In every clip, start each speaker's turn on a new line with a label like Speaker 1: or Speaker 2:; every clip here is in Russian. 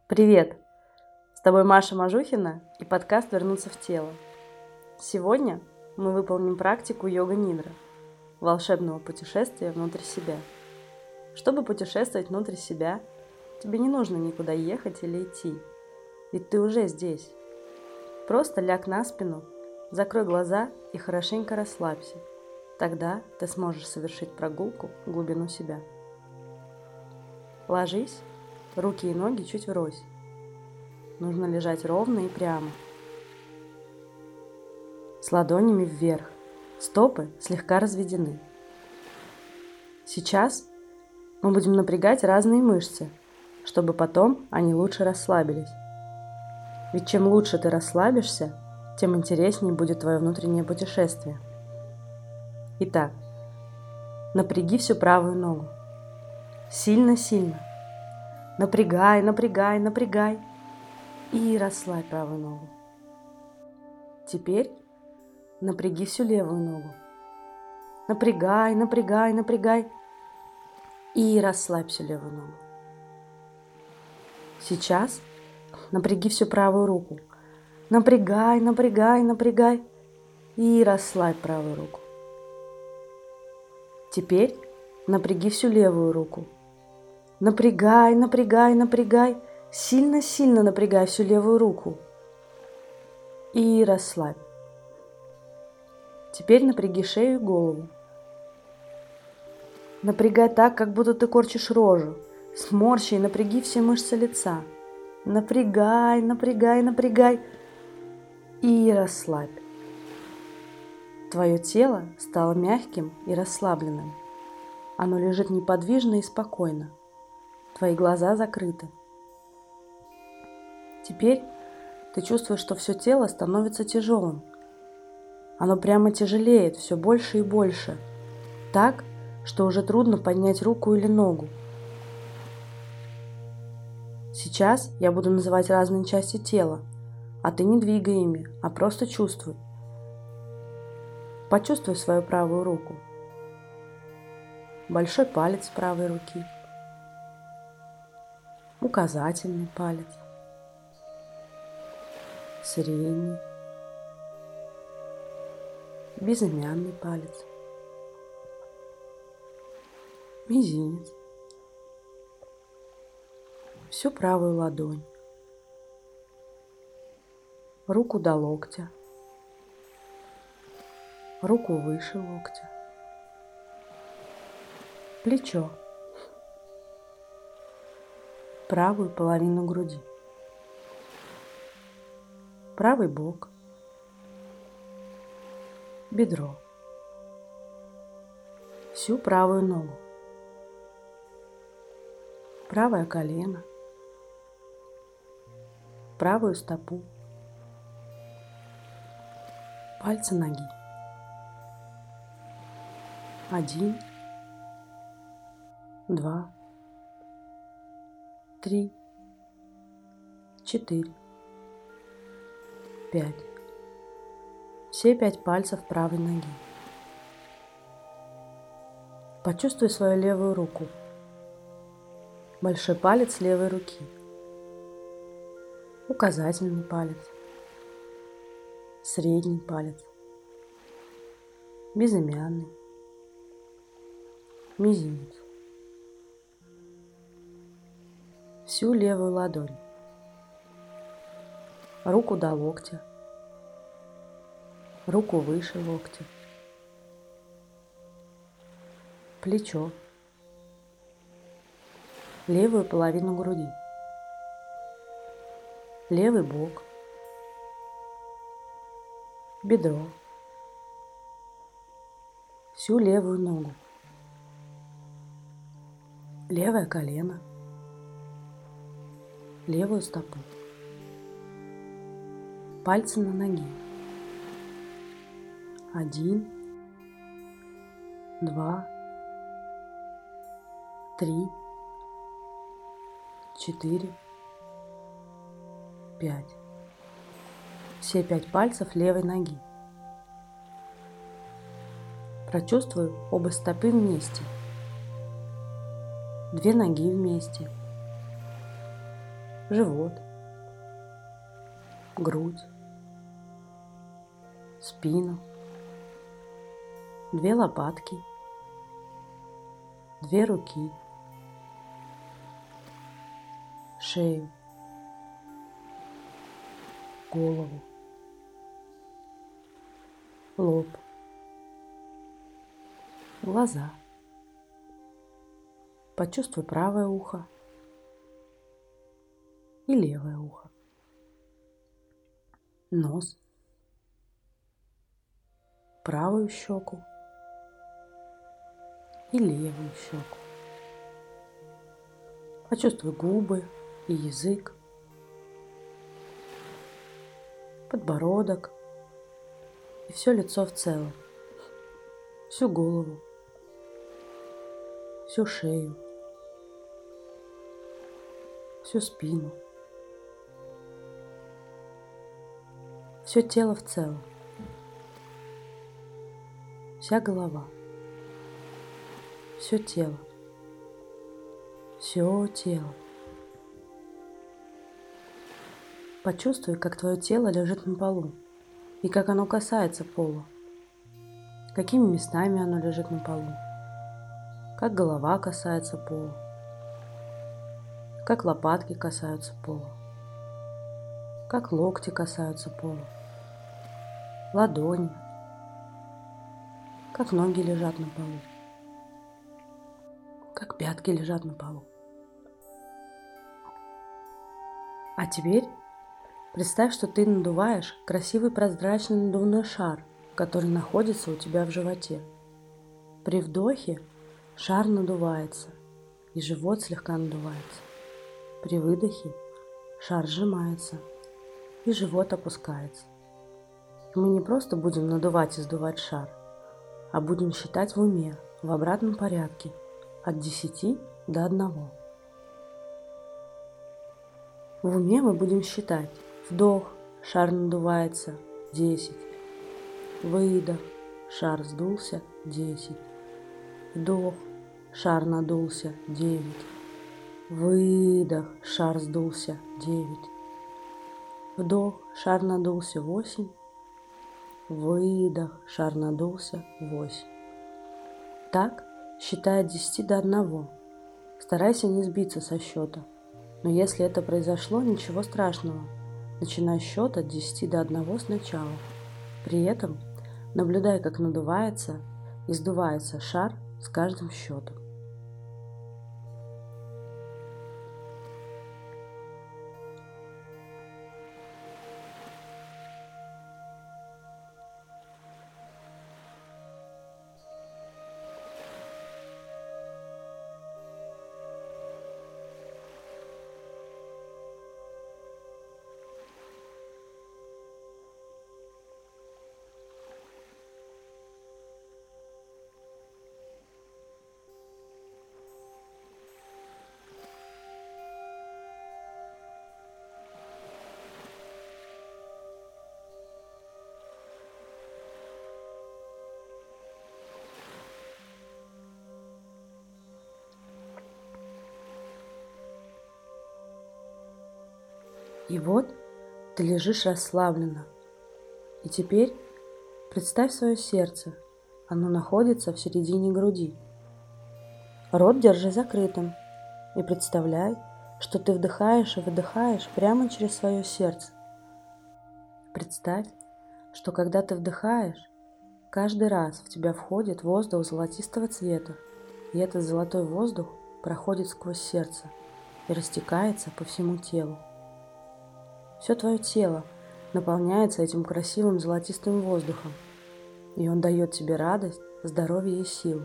Speaker 1: Привет! С тобой Маша Мажухина и подкаст «Вернуться в тело». Сегодня мы выполним практику йога-нидра – волшебного путешествия внутрь себя. Чтобы путешествовать внутрь себя, тебе не нужно никуда ехать или идти, ведь ты уже здесь. Просто ляг на спину, закрой глаза и хорошенько расслабься. Тогда ты сможешь совершить прогулку в глубину себя. Ложись, руки и ноги чуть врозь. Нужно лежать ровно и прямо. С ладонями вверх. Стопы слегка разведены. Сейчас мы будем напрягать разные мышцы, чтобы потом они лучше расслабились. Ведь чем лучше ты расслабишься, тем интереснее будет твое внутреннее путешествие. Итак, напряги всю правую ногу. Сильно-сильно. Напрягай, напрягай, напрягай. И расслабь правую ногу. Теперь напряги всю левую ногу. Напрягай, напрягай, напрягай. И расслабь всю левую ногу. Сейчас напряги всю правую руку. Напрягай, напрягай, напрягай. И расслабь правую руку. Теперь напряги всю левую руку. Напрягай, напрягай, напрягай. Сильно-сильно напрягай всю левую руку. И расслабь. Теперь напряги шею и голову. Напрягай так, как будто ты корчишь рожу. Сморщи и напряги все мышцы лица. Напрягай, напрягай, напрягай. И расслабь. Твое тело стало мягким и расслабленным. Оно лежит неподвижно и спокойно. Твои глаза закрыты. Теперь ты чувствуешь, что все тело становится тяжелым. Оно прямо тяжелеет все больше и больше. Так, что уже трудно поднять руку или ногу. Сейчас я буду называть разные части тела, а ты не двигай ими, а просто чувствуй. Почувствуй свою правую руку. Большой палец правой руки. Указательный палец. Средний. Безымянный палец. Мизинец. Всю правую ладонь. Руку до локтя. Руку выше локтя. Плечо. Правую половину груди. Правый бок. Бедро. Всю правую ногу. Правое колено. Правую стопу. Пальцы ноги. 1, 2, 3, 4, 5. Все 5 пальцев правой ноги. Почувствуй свою левую руку. Большой палец левой руки. Указательный палец. Средний палец. Безымянный. Мизинец. Всю левую ладонь. Руку до локтя. Руку выше локтя. Плечо. Левую половину груди. Левый бок. Бедро. Всю левую ногу. Левое колено. Левую стопу. Пальцы на ноге. 1, 2, 3, 4, 5. Все 5 пальцев левой ноги. Прочувствуй обе стопы вместе. 2 ноги вместе. живот, грудь, спину, 2 лопатки, 2 руки, шею, голову, лоб, глаза. Почувствуй правое ухо и левое ухо, нос, правую щеку и левую щеку. Почувствуй губы и язык, подбородок и все лицо в целом, всю голову, всю шею, всю спину, все тело в целом, вся голова, все тело, все тело. Почувствуй, как твое тело лежит на полу и как оно касается пола, какими местами оно лежит на полу, как голова касается пола, как лопатки касаются пола, как локти касаются пола, ладони, как ноги лежат на полу, как пятки лежат на полу. А теперь представь, что ты надуваешь красивый прозрачный надувной шар, который находится у тебя в животе. При вдохе шар надувается, и живот слегка надувается. При выдохе шар сжимается, и живот опускается. И мы не просто будем надувать и сдувать шар, а будем считать в уме в обратном порядке от 10 до 1. В уме мы будем считать: вдох, шар надувается, 10. Выдох, шар сдулся, 10. Вдох, шар надулся, 9. Выдох, шар сдулся, 9. Вдох, шар надулся, 8. Выдох, шар надулся, 8. Так, считай от 10 до 1. Старайся не сбиться со счета. Но если это произошло, ничего страшного. Начинай счет от 10 до 1 сначала. При этом наблюдай, как надувается и сдувается шар с каждым счетом. И вот ты лежишь расслабленно. И теперь представь свое сердце. Оно находится в середине груди. Рот держи закрытым. И представляй, что ты вдыхаешь и выдыхаешь прямо через свое сердце. Представь, что когда ты вдыхаешь, каждый раз в тебя входит воздух золотистого цвета. И этот золотой воздух проходит сквозь сердце и растекается по всему телу. Все твое тело наполняется этим красивым золотистым воздухом, и он дает тебе радость, здоровье и силу.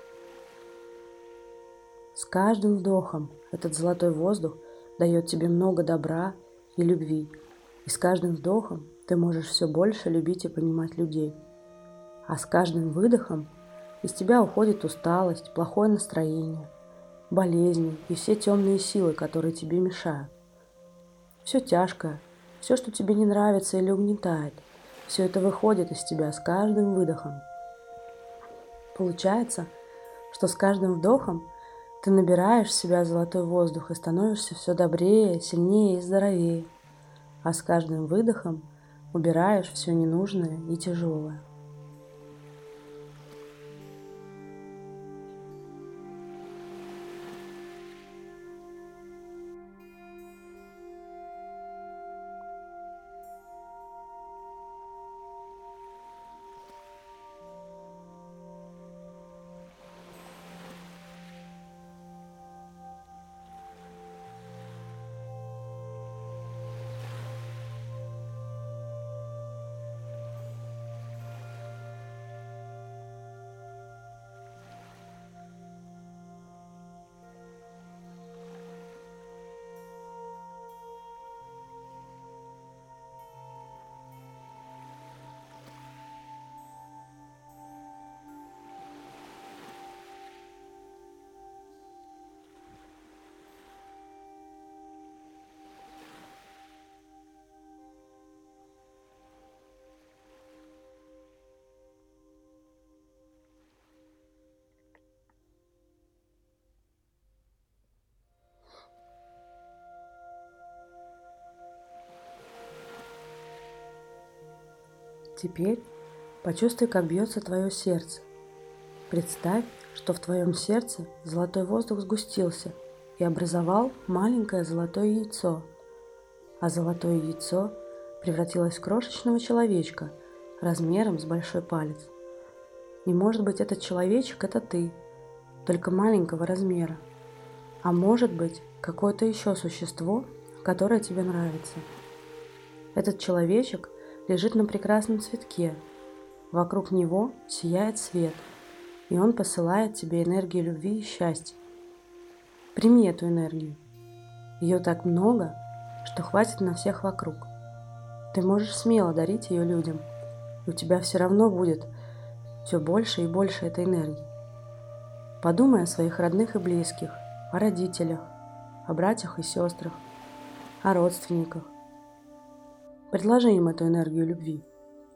Speaker 1: С каждым вдохом этот золотой воздух дает тебе много добра и любви, и с каждым вдохом ты можешь все больше любить и понимать людей. А с каждым выдохом из тебя уходит усталость, плохое настроение, болезни и все темные силы, которые тебе мешают. Все тяжкое, все, что тебе не нравится или угнетает, все это выходит из тебя с каждым выдохом. Получается, что с каждым вдохом Ты набираешь в себя золотой воздух и становишься все добрее, сильнее и здоровее, а с каждым выдохом убираешь все ненужное и тяжелое. Теперь почувствуй, как бьется твое сердце. Представь, что в твоем сердце золотой воздух сгустился и образовал маленькое золотое яйцо, а золотое яйцо превратилось в крошечного человечка размером с большой палец. И может быть этот человечек – это ты, только маленького размера, а может быть какое-то еще существо, которое тебе нравится. Этот человечек лежит на прекрасном цветке, вокруг него сияет свет, и он посылает тебе энергию любви и счастья. Прими эту энергию. Ее так много, что хватит на всех вокруг. Ты можешь смело дарить ее людям, и у тебя все равно будет все больше и больше этой энергии. Подумай о своих родных и близких, о родителях, о братьях и сестрах, о родственниках. Предложи им эту энергию любви.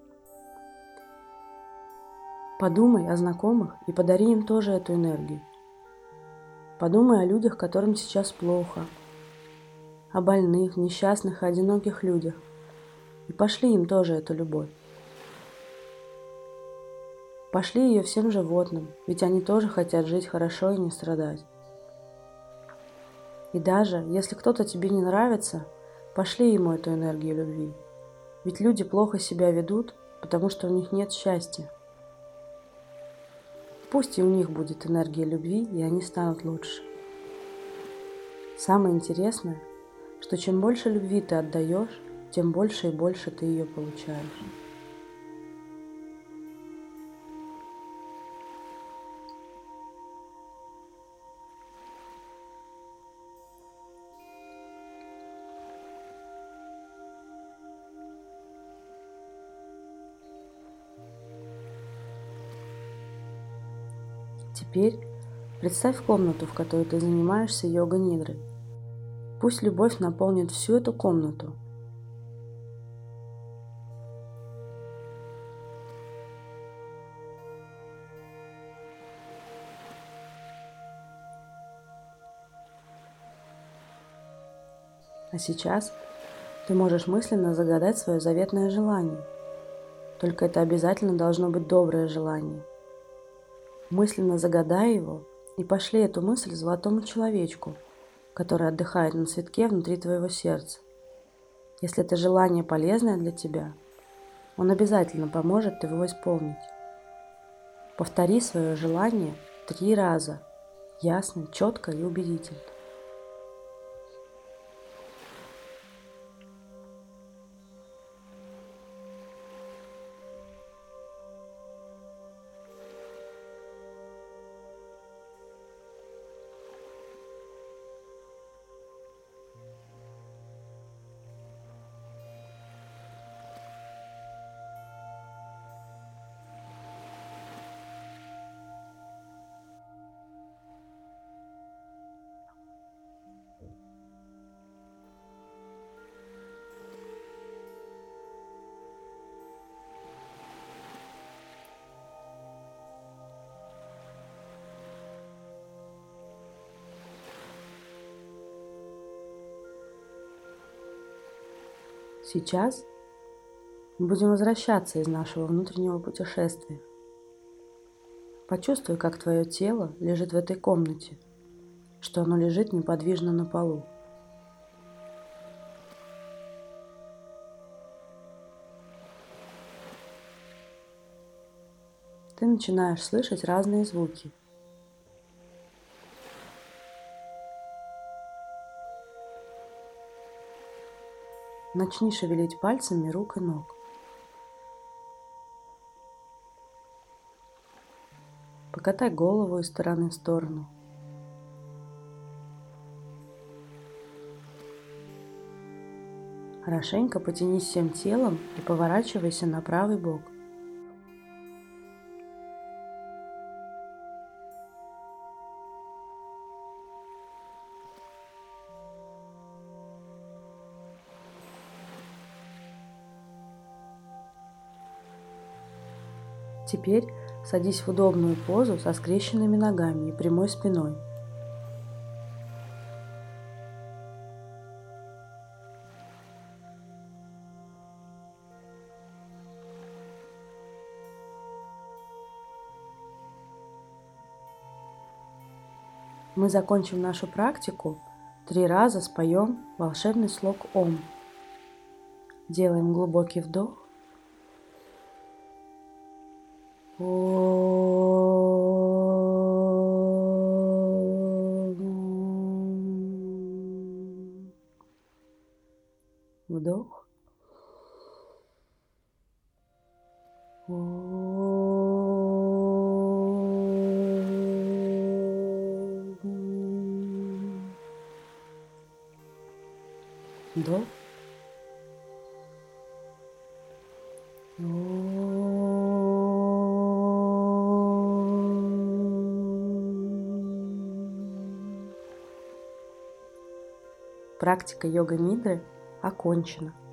Speaker 1: Подумай о знакомых и подари им тоже эту энергию. Подумай о людях, которым сейчас плохо, о больных, несчастных и одиноких людях, и пошли им тоже эту любовь. Пошли ее всем животным, ведь они тоже хотят жить хорошо и не страдать. И даже если кто-то тебе не нравится, пошли ему эту энергию любви, ведь люди плохо себя ведут, потому что у них нет счастья. Пусть и у них будет энергия любви, и они станут лучше. Самое интересное, что чем больше любви ты отдаешь, тем больше и больше ты ее получаешь. Теперь представь комнату, в которой ты занимаешься йога-нидрой. Пусть любовь наполнит всю эту комнату. А сейчас ты можешь мысленно загадать свое заветное желание. Только это обязательно должно быть доброе желание. Мысленно загадай его и пошли эту мысль золотому человечку, который отдыхает на цветке внутри твоего сердца. Если это желание полезное для тебя, он обязательно поможет его исполнить. Повтори свое желание 3 раза, ясно, четко и убедительно. Сейчас мы будем возвращаться из нашего внутреннего путешествия. Почувствуй, как твое тело лежит в этой комнате, что оно лежит неподвижно на полу. Ты начинаешь слышать разные звуки. Начни шевелить пальцами рук и ног. Покатай голову из стороны в сторону. Хорошенько потянись всем телом и поворачивайся на правый бок. Теперь садись в удобную позу со скрещенными ногами и прямой спиной. Мы закончим нашу практику 3 раза споем волшебный слог Ом. Делаем глубокий вдох. Вдох. Вдох. Практика йога-нидры окончена.